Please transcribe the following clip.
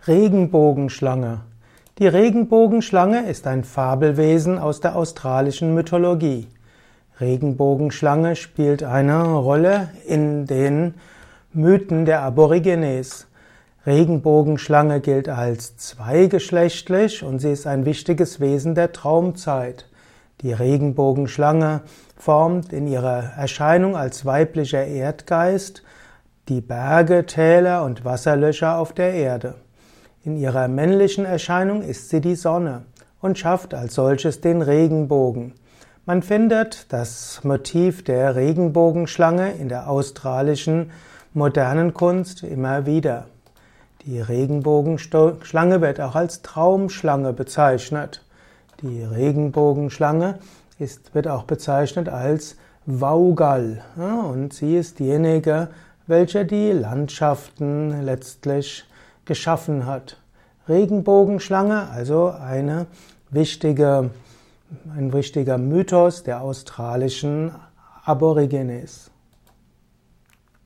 Regenbogenschlange. Die Regenbogenschlange ist ein Fabelwesen aus der australischen Mythologie. Regenbogenschlange spielt eine Rolle in den Mythen der Aborigines. Regenbogenschlange gilt als zweigeschlechtlich und sie ist ein wichtiges Wesen der Traumzeit. Die Regenbogenschlange formt in ihrer Erscheinung als weiblicher Erdgeist die Berge, Täler und Wasserlöcher auf der Erde. In ihrer männlichen Erscheinung ist sie die Sonne und schafft als solches den Regenbogen. Man findet das Motiv der Regenbogenschlange in der australischen modernen Kunst immer wieder. Die Regenbogenschlange wird auch als Traumschlange bezeichnet. Die Regenbogenschlange wird auch bezeichnet als Vaugal, und sie ist diejenige, welche die Landschaften letztlich geschaffen hat. Regenbogenschlange, also ein wichtiger Mythos der australischen Aborigines.